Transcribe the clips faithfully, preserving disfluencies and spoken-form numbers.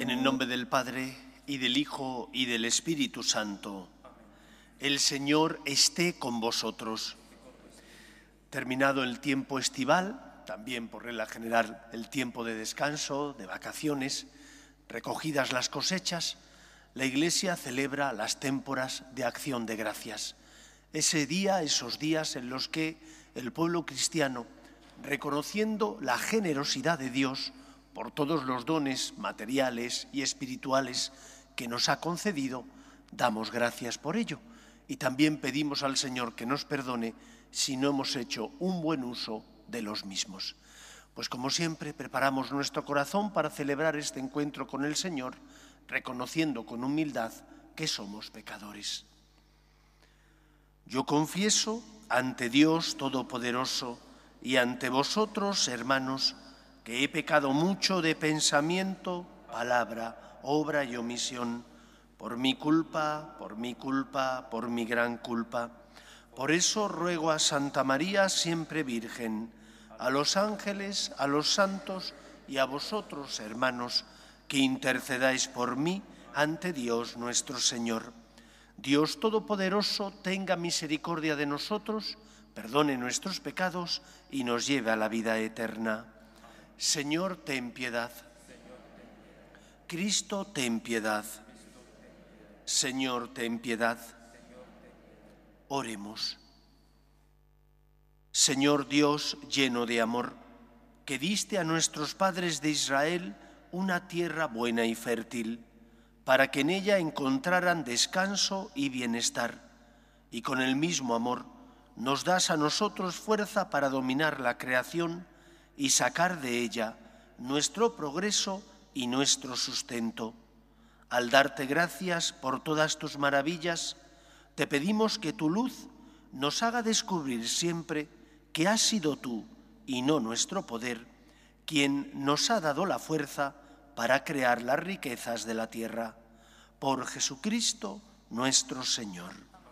En el nombre del Padre, y del Hijo, y del Espíritu Santo. El Señor esté con vosotros. Terminado el tiempo estival, también por regla general el tiempo de descanso, de vacaciones, recogidas las cosechas, la Iglesia celebra las témporas de acción de gracias. Ese día, esos días en los que el pueblo cristiano, reconociendo la generosidad de Dios por todos los dones materiales y espirituales que nos ha concedido, damos gracias por ello. Y también pedimos al Señor que nos perdone si no hemos hecho un buen uso de los mismos. Pues como siempre, preparamos nuestro corazón para celebrar este encuentro con el Señor, reconociendo con humildad que somos pecadores. Yo confieso ante Dios Todopoderoso y ante vosotros, hermanos, que he pecado mucho de pensamiento, palabra, obra y omisión, por mi culpa, por mi culpa, por mi gran culpa. Por eso ruego a Santa María, siempre Virgen, a los ángeles, a los santos y a vosotros, hermanos, que intercedáis por mí ante Dios nuestro Señor. Dios Todopoderoso tenga misericordia de nosotros, perdone nuestros pecados y nos lleve a la vida eterna. Señor, ten piedad. Cristo, ten piedad. Señor, ten piedad. Oremos. Señor Dios lleno de amor, que diste a nuestros padres de Israel una tierra buena y fértil, para que en ella encontraran descanso y bienestar, y con el mismo amor nos das a nosotros fuerza para dominar la creación y sacar de ella nuestro progreso y nuestro sustento. Al darte gracias por todas tus maravillas, te pedimos que tu luz nos haga descubrir siempre que has sido tú, y no nuestro poder, quien nos ha dado la fuerza para crear las riquezas de la tierra. Por Jesucristo nuestro Señor.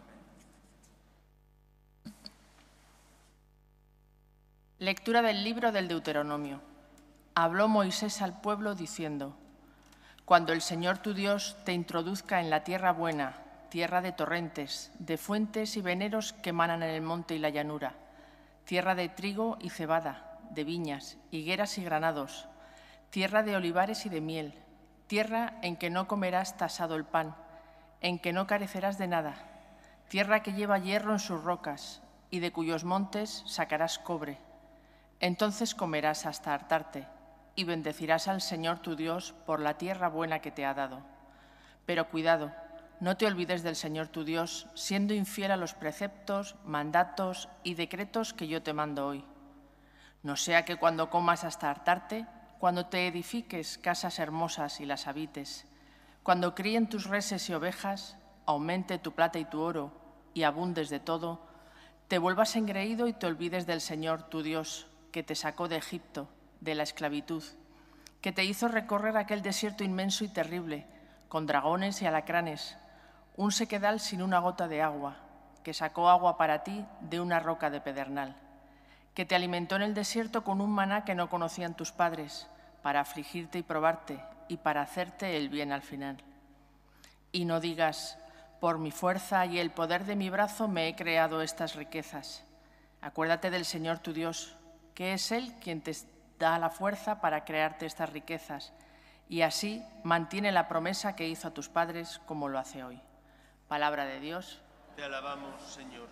Lectura del libro del Deuteronomio. Habló Moisés al pueblo diciendo: Cuando el Señor tu Dios te introduzca en la tierra buena, tierra de torrentes, de fuentes y veneros que manan en el monte y la llanura, tierra de trigo y cebada, de viñas, higueras y granados, tierra de olivares y de miel, tierra en que no comerás tasado el pan, en que no carecerás de nada, tierra que lleva hierro en sus rocas y de cuyos montes sacarás cobre. Entonces comerás hasta hartarte y bendecirás al Señor tu Dios por la tierra buena que te ha dado. Pero cuidado, no te olvides del Señor tu Dios, siendo infiel a los preceptos, mandatos y decretos que yo te mando hoy. No sea que cuando comas hasta hartarte, cuando te edifiques casas hermosas y las habites, cuando críen tus reses y ovejas, aumente tu plata y tu oro, y abundes de todo, te vuelvas engreído y te olvides del Señor tu Dios, que te sacó de Egipto, de la esclavitud, que te hizo recorrer aquel desierto inmenso y terrible, con dragones y alacranes, un sequedal sin una gota de agua, que sacó agua para ti de una roca de pedernal, que te alimentó en el desierto con un maná que no conocían tus padres, para afligirte y probarte, y para hacerte el bien al final. Y no digas: por mi fuerza y el poder de mi brazo me he creado estas riquezas. Acuérdate del Señor tu Dios, que es Él quien te da la fuerza para crearte estas riquezas, y así mantiene la promesa que hizo a tus padres, como lo hace hoy. Palabra de Dios. Te alabamos, Señor.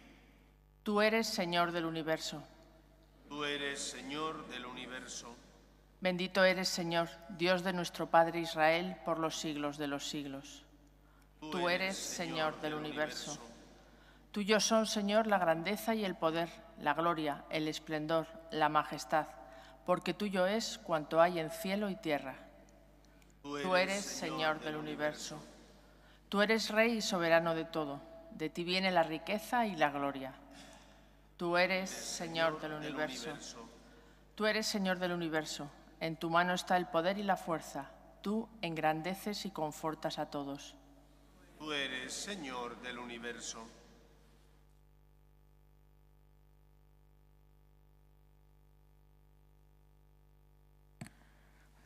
Tú eres Señor del universo. Tú eres Señor del universo. Bendito eres, Señor, Dios de nuestro Padre Israel, por los siglos de los siglos. Tú, Tú eres Señor, Señor del universo. universo. Tuyo son, Señor, la grandeza y el poder, la gloria, el esplendor, la majestad, porque tuyo es cuanto hay en cielo y tierra. Tú eres, Tú eres Señor, Señor del universo. universo. Tú eres Rey y soberano de todo. De ti viene la riqueza y la gloria. Tú eres Señor del universo. Tú eres Señor del universo. En tu mano está el poder y la fuerza. Tú engrandeces y confortas a todos. Tú eres Señor del universo.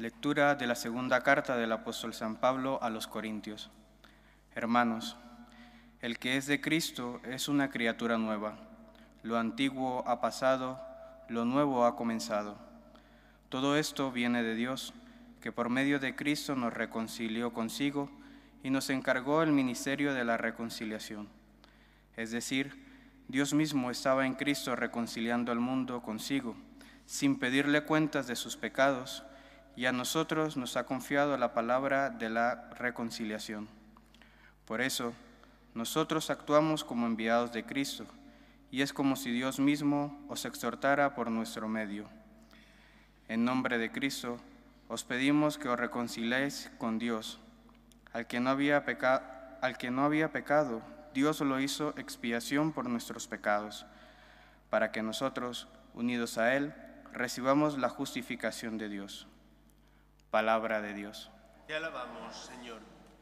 Lectura de la segunda carta del apóstol San Pablo a los Corintios. Hermanos, el que es de Cristo es una criatura nueva. Lo antiguo ha pasado, lo nuevo ha comenzado. Todo esto viene de Dios, que por medio de Cristo nos reconcilió consigo y nos encargó el ministerio de la reconciliación. Es decir, Dios mismo estaba en Cristo reconciliando al mundo consigo, sin pedirle cuentas de sus pecados, y a nosotros nos ha confiado la palabra de la reconciliación. Por eso, nosotros actuamos como enviados de Cristo, y es como si Dios mismo os exhortara por nuestro medio. En nombre de Cristo, os pedimos que os reconciliéis con Dios. Al que no había peca- al que no había pecado, Dios lo hizo expiación por nuestros pecados, para que nosotros, unidos a Él, recibamos la justificación de Dios. Palabra de Dios. Te alabamos, Señor.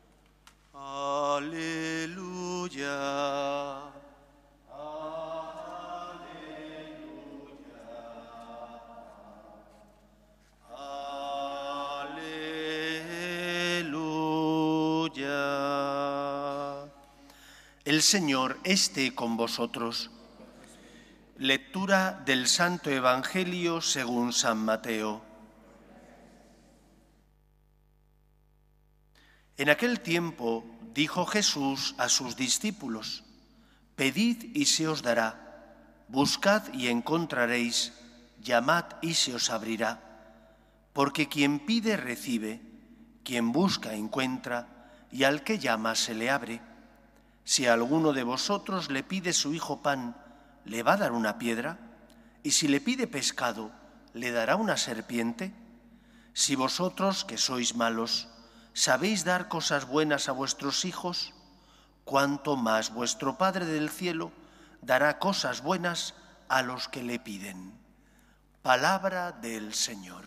Aleluya. Aleluya. El Señor esté con vosotros. Lectura del Santo Evangelio según San Mateo. En aquel tiempo dijo Jesús a sus discípulos: Pedid y se os dará, buscad y encontraréis, llamad y se os abrirá. Porque quien pide recibe, quien busca encuentra, y al que llama se le abre. Si a alguno de vosotros le pide su hijo pan, ¿le va a dar una piedra? Y si le pide pescado, ¿le dará una serpiente? Si vosotros, que sois malos, ¿sabéis dar cosas buenas a vuestros hijos? ¿Cuánto más vuestro Padre del cielo dará cosas buenas a los que le piden? Palabra del Señor.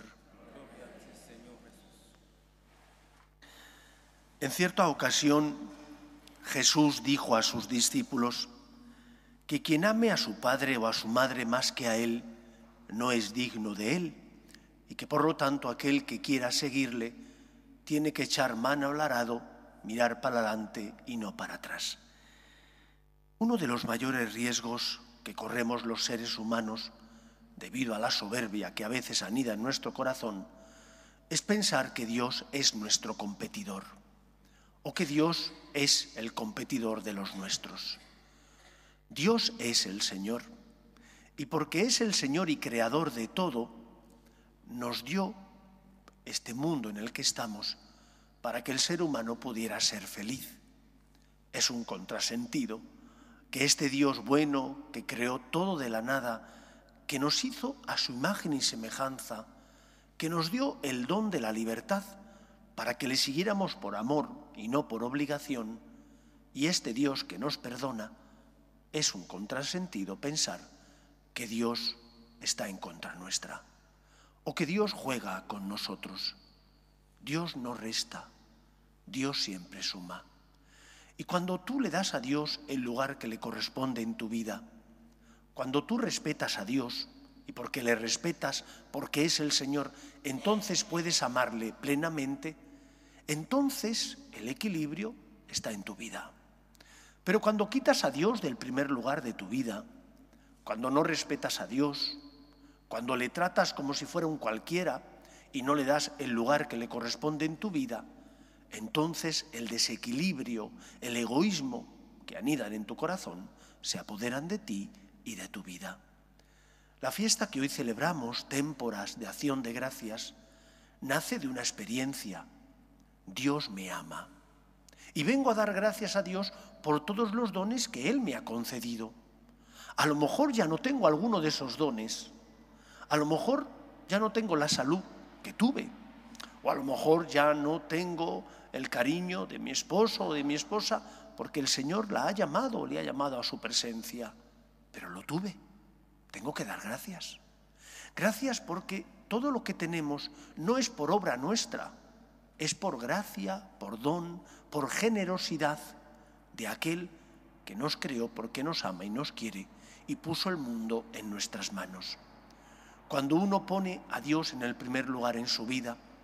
En cierta ocasión, Jesús dijo a sus discípulos que quien ame a su padre o a su madre más que a él no es digno de él, y que por lo tanto aquel que quiera seguirle tiene que echar mano al arado, mirar para adelante y no para atrás. Uno de los mayores riesgos que corremos los seres humanos, debido a la soberbia que a veces anida en nuestro corazón, es pensar que Dios es nuestro competidor, o que Dios es el competidor de los nuestros. Dios es el Señor, y porque es el Señor y creador de todo, nos dio este mundo en el que estamos para que el ser humano pudiera ser feliz. Es un contrasentido que este Dios bueno, que creó todo de la nada, que nos hizo a su imagen y semejanza, que nos dio el don de la libertad para que le siguiéramos por amor y no por obligación, y este Dios que nos perdona, es un contrasentido pensar que Dios está en contra nuestra, o que Dios juega con nosotros. Dios no resta, Dios siempre suma. Y cuando tú le das a Dios el lugar que le corresponde en tu vida, cuando tú respetas a Dios, y porque le respetas, porque es el Señor, entonces puedes amarle plenamente, entonces el equilibrio está en tu vida. Pero cuando quitas a Dios del primer lugar de tu vida, cuando no respetas a Dios, cuando le tratas como si fuera un cualquiera y no le das el lugar que le corresponde en tu vida, entonces el desequilibrio, el egoísmo que anidan en tu corazón se apoderan de ti y de tu vida. La fiesta que hoy celebramos, Témporas de Acción de Gracias, nace de una experiencia. Dios me ama. Y vengo a dar gracias a Dios por todos los dones que Él me ha concedido. A lo mejor ya no tengo alguno de esos dones. A lo mejor ya no tengo la salud que tuve. O a lo mejor ya no tengo el cariño de mi esposo o de mi esposa porque el Señor la ha llamado o le ha llamado a su presencia. Pero lo tuve. Tengo que dar gracias. Gracias porque todo lo que tenemos no es por obra nuestra, es por gracia, por don, por generosidad de aquel que nos creó porque nos ama y nos quiere y puso el mundo en nuestras manos. Cuando uno pone a Dios en el primer lugar en su vida,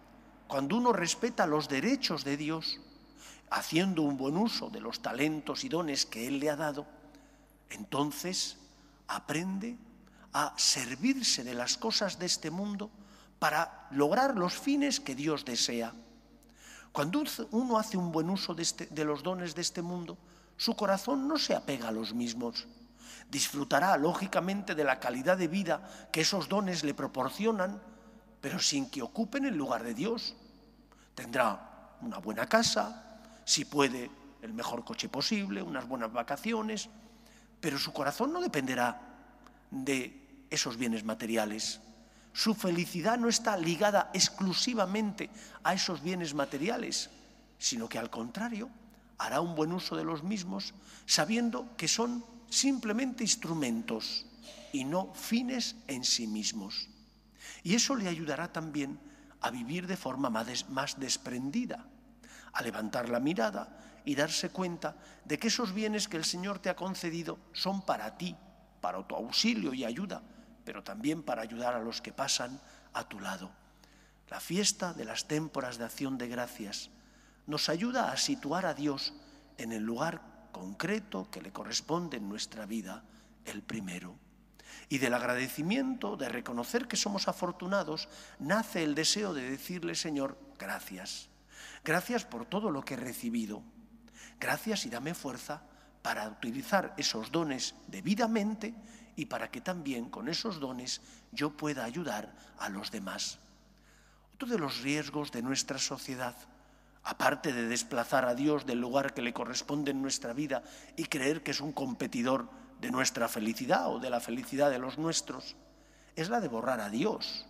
cuando uno respeta los derechos de Dios, haciendo un buen uso de los talentos y dones que Él le ha dado, entonces aprende a servirse de las cosas de este mundo para lograr los fines que Dios desea. Cuando uno hace un buen uso de, este, de los dones de este mundo, su corazón no se apega a los mismos. Disfrutará, lógicamente, de la calidad de vida que esos dones le proporcionan, pero sin que ocupen el lugar de Dios. Tendrá una buena casa, si puede, el mejor coche posible, unas buenas vacaciones, pero su corazón no dependerá de esos bienes materiales. Su felicidad no está ligada exclusivamente a esos bienes materiales, sino que al contrario, hará un buen uso de los mismos, sabiendo que son simplemente instrumentos y no fines en sí mismos. Y eso le ayudará también a vivir de forma más desprendida, a levantar la mirada y darse cuenta de que esos bienes que el Señor te ha concedido son para ti, para tu auxilio y ayuda, pero también para ayudar a los que pasan a tu lado. La fiesta de las témporas de acción de gracias nos ayuda a situar a Dios en el lugar concreto que le corresponde en nuestra vida, el primero. Y del agradecimiento, de reconocer que somos afortunados, nace el deseo de decirle, Señor, gracias. Gracias por todo lo que he recibido. Gracias y dame fuerza para utilizar esos dones debidamente y para que también con esos dones yo pueda ayudar a los demás. Otro de los riesgos de nuestra sociedad, aparte de desplazar a Dios del lugar que le corresponde en nuestra vida y creer que es un competidor de nuestra felicidad o de la felicidad de los nuestros, es la de borrar a Dios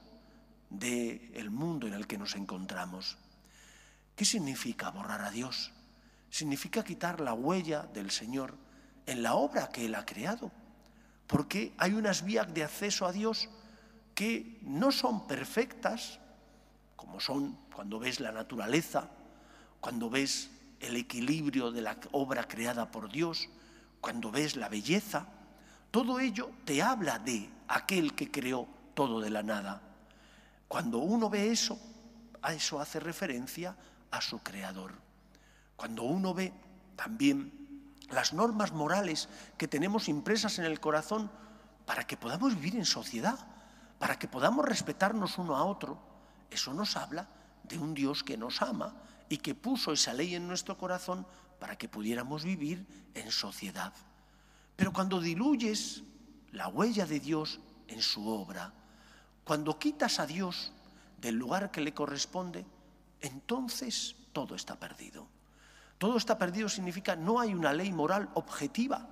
del mundo en el que nos encontramos. ¿Qué significa borrar a Dios? Significa quitar la huella del Señor en la obra que Él ha creado, porque hay unas vías de acceso a Dios que no son perfectas, como son cuando ves la naturaleza, cuando ves el equilibrio de la obra creada por Dios, cuando ves la belleza. Todo ello te habla de aquel que creó todo de la nada. Cuando uno ve eso, a eso hace referencia a su creador. Cuando uno ve también las normas morales que tenemos impresas en el corazón para que podamos vivir en sociedad, para que podamos respetarnos uno a otro, eso nos habla de un Dios que nos ama y que puso esa ley en nuestro corazón para que pudiéramos vivir en sociedad. Pero cuando diluyes la huella de Dios en su obra, cuando quitas a Dios del lugar que le corresponde, entonces todo está perdido. Todo está perdido significa no hay una ley moral objetiva.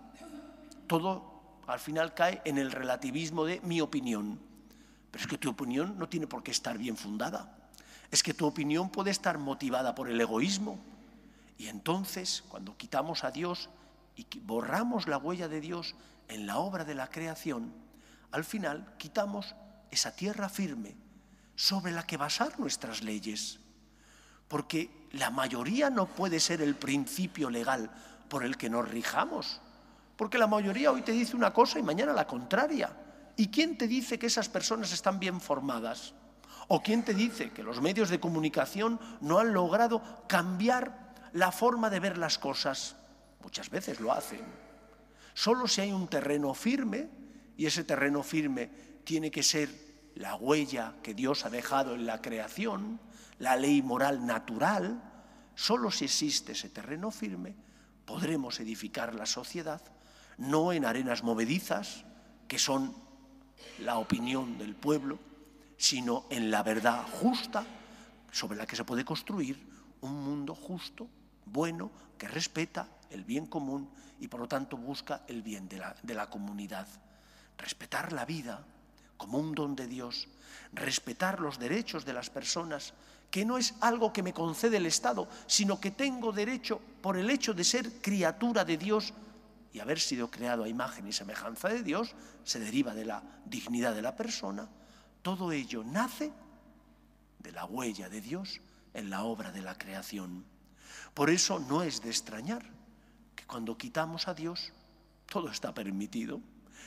Todo al final cae en el relativismo de mi opinión. Pero es que tu opinión no tiene por qué estar bien fundada. Es que tu opinión puede estar motivada por el egoísmo. Y entonces, cuando quitamos a Dios y borramos la huella de Dios en la obra de la creación, al final quitamos esa tierra firme sobre la que basar nuestras leyes. Porque la mayoría no puede ser el principio legal por el que nos rijamos. Porque la mayoría hoy te dice una cosa y mañana la contraria. ¿Y quién te dice que esas personas están bien formadas? ¿O quién te dice que los medios de comunicación no han logrado cambiar la forma de ver las cosas? Muchas veces lo hacen. Solo si hay un terreno firme, y ese terreno firme tiene que ser la huella que Dios ha dejado en la creación, la ley moral natural, solo si existe ese terreno firme podremos edificar la sociedad, no en arenas movedizas, que son la opinión del pueblo, sino en la verdad justa sobre la que se puede construir un mundo justo, bueno, que respeta el bien común y por lo tanto busca el bien de la, de la comunidad. Respetar la vida como un don de Dios, respetar los derechos de las personas, que no es algo que me concede el Estado, sino que tengo derecho por el hecho de ser criatura de Dios y haber sido creado a imagen y semejanza de Dios, se deriva de la dignidad de la persona. Todo ello nace de la huella de Dios en la obra de la creación. Por eso no es de extrañar que cuando quitamos a Dios, todo está permitido.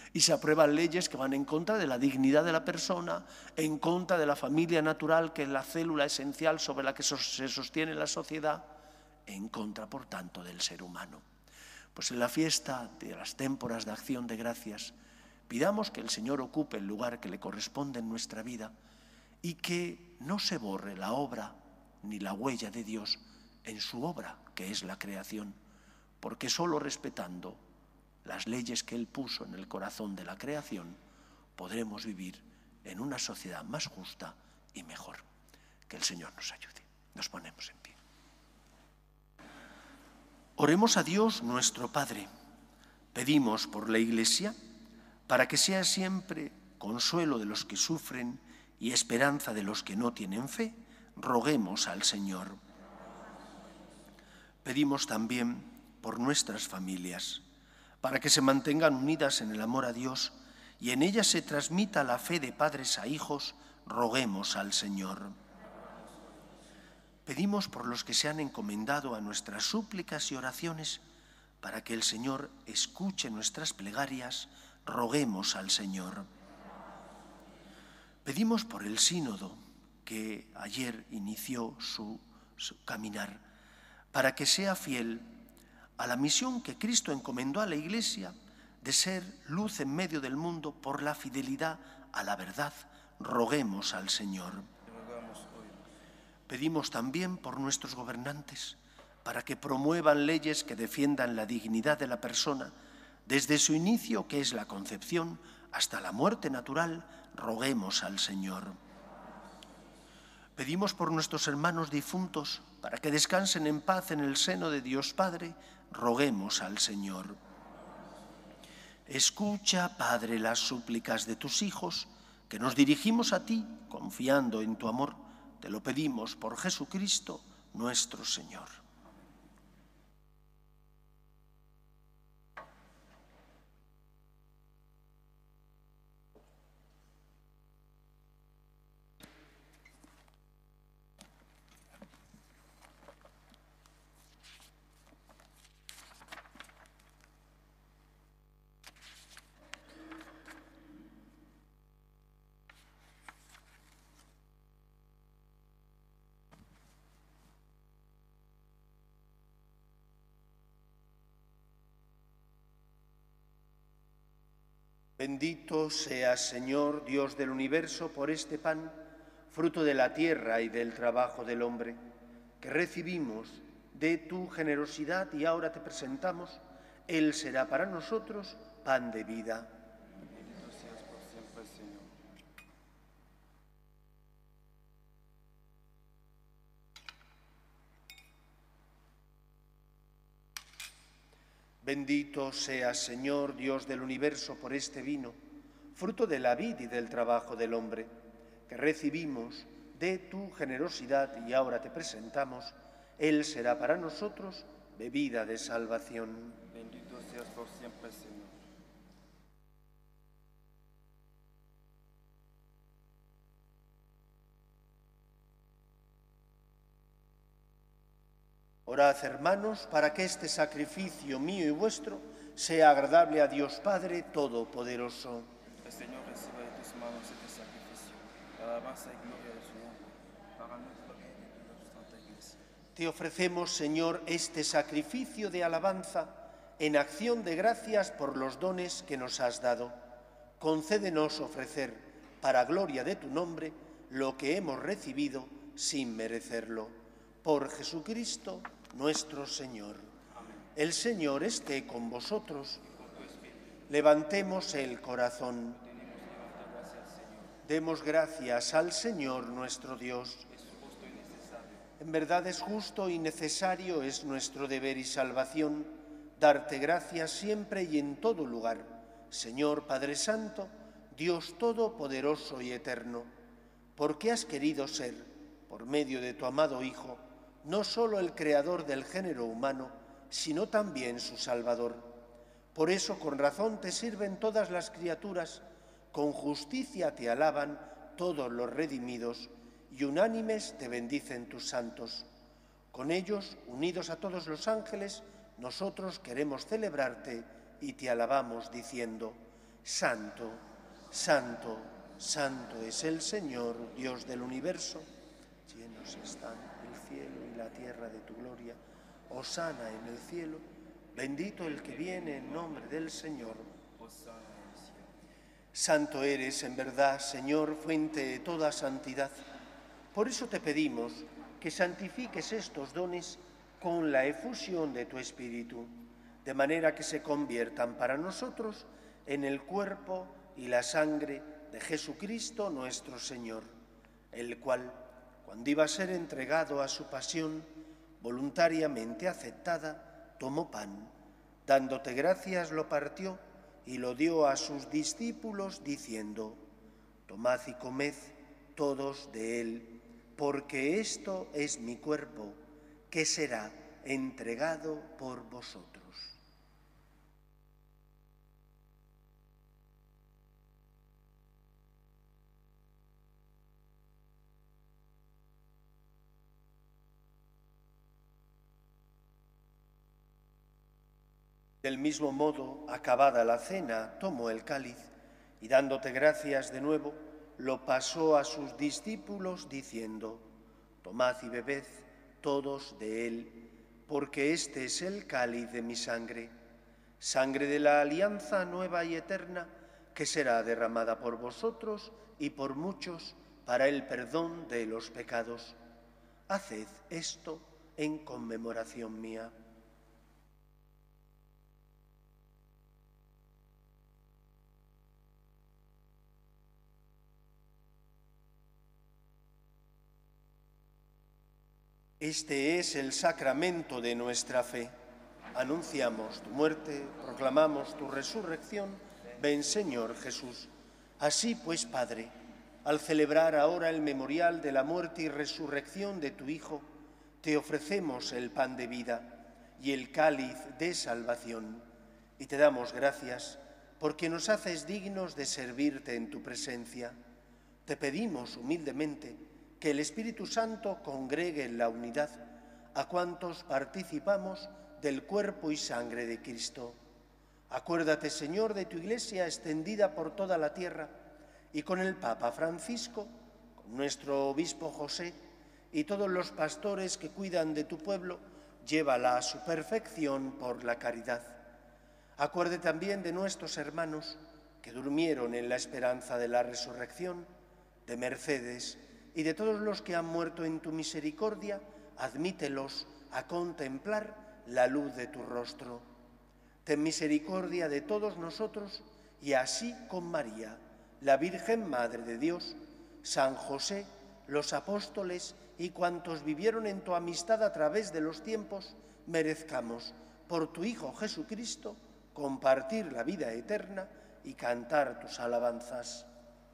Y se aprueban leyes que van en contra de la dignidad de la persona, en contra de la familia natural, que es la célula esencial sobre la que se sostiene la sociedad, en contra, por tanto, del ser humano. Pues en la fiesta de las témporas de acción de gracias, pidamos que el Señor ocupe el lugar que le corresponde en nuestra vida y que no se borre la obra ni la huella de Dios en su obra, que es la creación, porque solo respetando las leyes que Él puso en el corazón de la creación podremos vivir en una sociedad más justa y mejor. Que el Señor nos ayude. Nos ponemos en pie. Oremos a Dios nuestro Padre. Pedimos por la Iglesia para que sea siempre consuelo de los que sufren y esperanza de los que no tienen fe. Roguemos al Señor. Pedimos también por nuestras familias, para que se mantengan unidas en el amor a Dios y en ellas se transmita la fe de padres a hijos. Roguemos al Señor. Pedimos por los que se han encomendado a nuestras súplicas y oraciones, para que el Señor escuche nuestras plegarias. Roguemos al Señor. Pedimos por el sínodo que ayer inició su, su caminar, para que sea fiel a la misión que Cristo encomendó a la Iglesia de ser luz en medio del mundo por la fidelidad a la verdad. Roguemos al Señor. Pedimos también por nuestros gobernantes, para que promuevan leyes que defiendan la dignidad de la persona, desde su inicio, que es la concepción, hasta la muerte natural. Roguemos al Señor. Pedimos por nuestros hermanos difuntos, para que descansen en paz en el seno de Dios Padre. Roguemos al Señor. Escucha, Padre, las súplicas de tus hijos, que nos dirigimos a ti, confiando en tu amor. Te lo pedimos por Jesucristo, nuestro Señor. Bendito seas, Señor, Dios del universo, por este pan, fruto de la tierra y del trabajo del hombre, que recibimos de tu generosidad y ahora te presentamos. Él será para nosotros pan de vida. Bendito seas por siempre, Señor. Bendito seas, Señor, Dios del universo, por este vino, fruto de la vid y del trabajo del hombre, que recibimos de tu generosidad y ahora te presentamos. Él será para nosotros bebida de salvación. Bendito seas por siempre, Señor. Orad, hermanos, para que este sacrificio mío y vuestro sea agradable a Dios Padre Todopoderoso. El Señor reciba de tus manos este sacrificio, la alabanza y gloria de su nombre, para nuestro bien y de la Santa Iglesia. Te ofrecemos, Señor, este sacrificio de alabanza en acción de gracias por los dones que nos has dado. Concédenos ofrecer, para gloria de tu nombre, lo que hemos recibido sin merecerlo. Por Jesucristo nuestro Señor. Amén. El Señor esté con vosotros. Levantemos el corazón. Demos gracias al Señor nuestro Dios. En verdad es justo y necesario, es nuestro deber y salvación, darte gracias siempre y en todo lugar, Señor Padre Santo, Dios Todopoderoso y Eterno, porque has querido ser, por medio de tu amado Hijo, no solo el creador del género humano, sino también su Salvador. Por eso con razón te sirven todas las criaturas, con justicia te alaban todos los redimidos, y unánimes te bendicen tus santos. Con ellos, unidos a todos los ángeles, nosotros queremos celebrarte y te alabamos diciendo: Santo, santo, santo es el Señor, Dios del universo. Llenos están el cielo y la tierra de tu gloria. Hosana en el cielo. Bendito el que viene en nombre del Señor. Santo eres, en verdad, Señor, fuente de toda santidad. Por eso te pedimos que santifiques estos dones con la efusión de tu Espíritu, de manera que se conviertan para nosotros en el cuerpo y la sangre de Jesucristo nuestro Señor, el cual, cuando iba a ser entregado a su pasión, voluntariamente aceptada, tomó pan, dándote gracias lo partió y lo dio a sus discípulos diciendo: tomad y comed todos de él, porque esto es mi cuerpo, que será entregado por vosotros. Del mismo modo, acabada la cena, tomó el cáliz y dándote gracias de nuevo, lo pasó a sus discípulos diciendo: tomad y bebed todos de él, porque este es el cáliz de mi sangre, sangre de la alianza nueva y eterna, que será derramada por vosotros y por muchos para el perdón de los pecados. Haced esto en conmemoración mía. Este es el sacramento de nuestra fe. Anunciamos tu muerte, proclamamos tu resurrección. Ven, Señor Jesús. Así pues, Padre, al celebrar ahora el memorial de la muerte y resurrección de tu Hijo, te ofrecemos el pan de vida y el cáliz de salvación, y te damos gracias porque nos haces dignos de servirte en tu presencia. Te pedimos humildemente que el Espíritu Santo congregue en la unidad a cuantos participamos del cuerpo y sangre de Cristo. Acuérdate, Señor, de tu Iglesia extendida por toda la tierra y con el Papa Francisco, con nuestro obispo José y todos los pastores que cuidan de tu pueblo, llévala a su perfección por la caridad. Acuerde también de nuestros hermanos que durmieron en la esperanza de la resurrección, de Mercedes y de todos los que han muerto en tu misericordia, admítelos a contemplar la luz de tu rostro. Ten misericordia de todos nosotros y así con María, la Virgen Madre de Dios, San José, los apóstoles y cuantos vivieron en tu amistad a través de los tiempos, merezcamos, por tu Hijo Jesucristo, compartir la vida eterna y cantar tus alabanzas.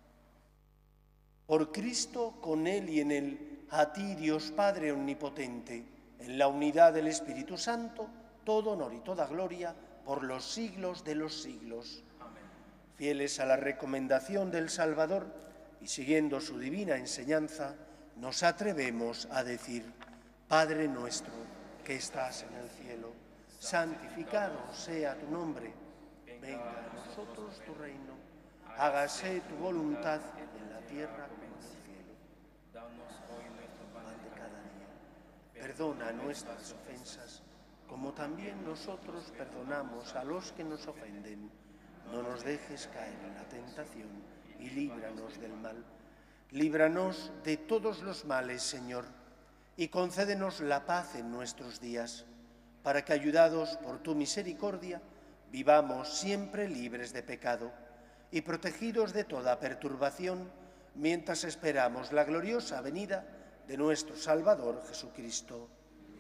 Por Cristo, con Él y en Él, a ti, Dios Padre Omnipotente, en la unidad del Espíritu Santo, todo honor y toda gloria por los siglos de los siglos. Amén. Fieles a la recomendación del Salvador y siguiendo su divina enseñanza, nos atrevemos a decir: Padre nuestro, que estás en el cielo, santificado sea tu nombre. Venga a nosotros tu reino. Hágase tu voluntad en la tierra como en el cielo. Danos hoy nuestro pan de cada día. Perdona nuestras ofensas, como también nosotros perdonamos a los que nos ofenden. No nos dejes caer en la tentación y líbranos del mal. Líbranos de todos los males, Señor, y concédenos la paz en nuestros días, para que, ayudados por tu misericordia, vivamos siempre libres de pecado y protegidos de toda perturbación, mientras esperamos la gloriosa venida de nuestro Salvador Jesucristo.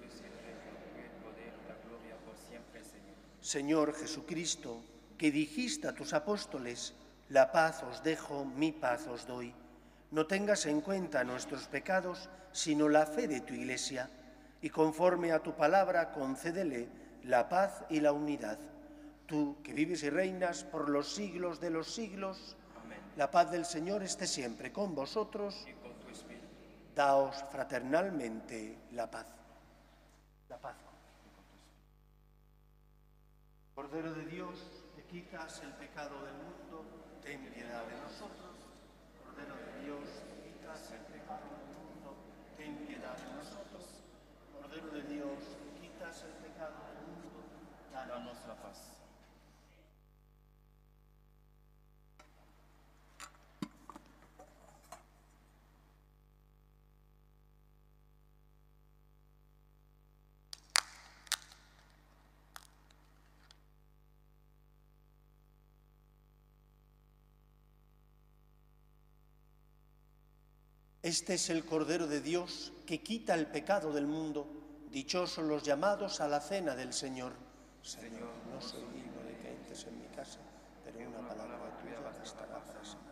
Señor Jesucristo, que dijiste a tus apóstoles: la paz os dejo, mi paz os doy. No tengas en cuenta nuestros pecados, sino la fe de tu Iglesia, y conforme a tu palabra concédele la paz y la unidad. Tú, que vives y reinas por los siglos de los siglos, amén. La paz del Señor esté siempre con vosotros. Y con tu espíritu. Daos fraternalmente la paz. La paz. Cordero de Dios, quitas el pecado del mundo, ten piedad de nosotros. Cordero de Dios, que quitas el pecado del mundo, ten piedad de nosotros. Cordero de Dios, que quitas el pecado del mundo, danos la paz. Este es el Cordero de Dios que quita el pecado del mundo. Dichosos los llamados a la cena del Señor. Señor, no soy digno de que entres en mi casa, pero una palabra tuya bastará para sanar.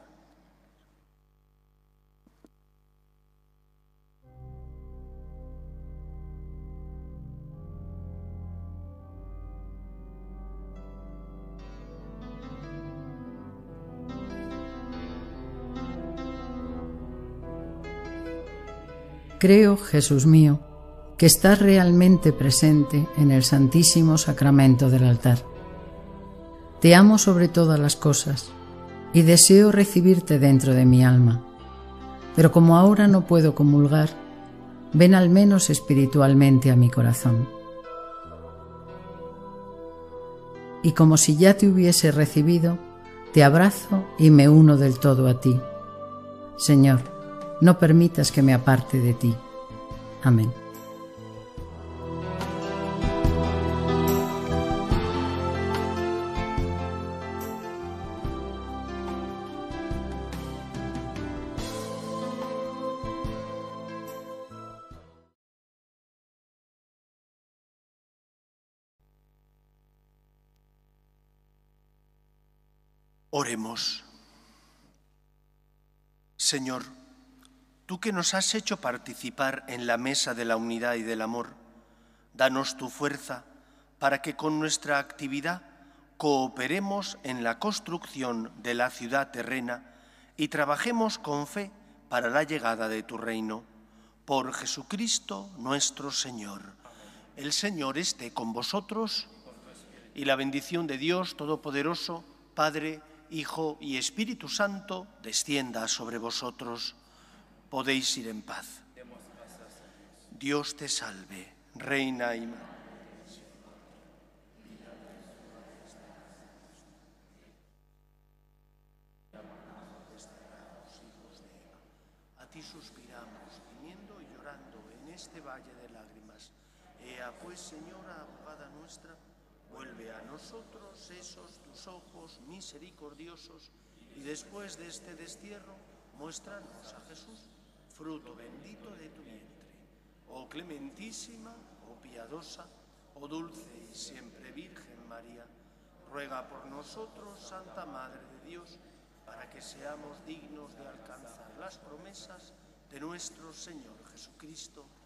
Creo, Jesús mío, que estás realmente presente en el Santísimo Sacramento del altar. Te amo sobre todas las cosas y deseo recibirte dentro de mi alma. Pero como ahora no puedo comulgar, ven al menos espiritualmente a mi corazón. Y como si ya te hubiese recibido, te abrazo y me uno del todo a ti. Señor, no permitas que me aparte de ti. Amén. Oremos. Señor, tú que nos has hecho participar en la mesa de la unidad y del amor, danos tu fuerza para que con nuestra actividad cooperemos en la construcción de la ciudad terrena y trabajemos con fe para la llegada de tu reino. Por Jesucristo nuestro Señor. El Señor esté con vosotros y la bendición de Dios Todopoderoso, Padre, Hijo y Espíritu Santo, descienda sobre vosotros. Podéis ir en paz. Dios te salve, Reina y Madre. A ti suspiramos, gimiendo y llorando en este valle de lágrimas. Ea pues, Señora, abogada nuestra, vuelve a nosotros esos tus ojos misericordiosos y después de este destierro, muéstranos a Jesús, fruto bendito de tu vientre. Oh clementísima, oh piadosa, oh dulce y siempre Virgen María, ruega por nosotros, Santa Madre de Dios, para que seamos dignos de alcanzar las promesas de nuestro Señor Jesucristo.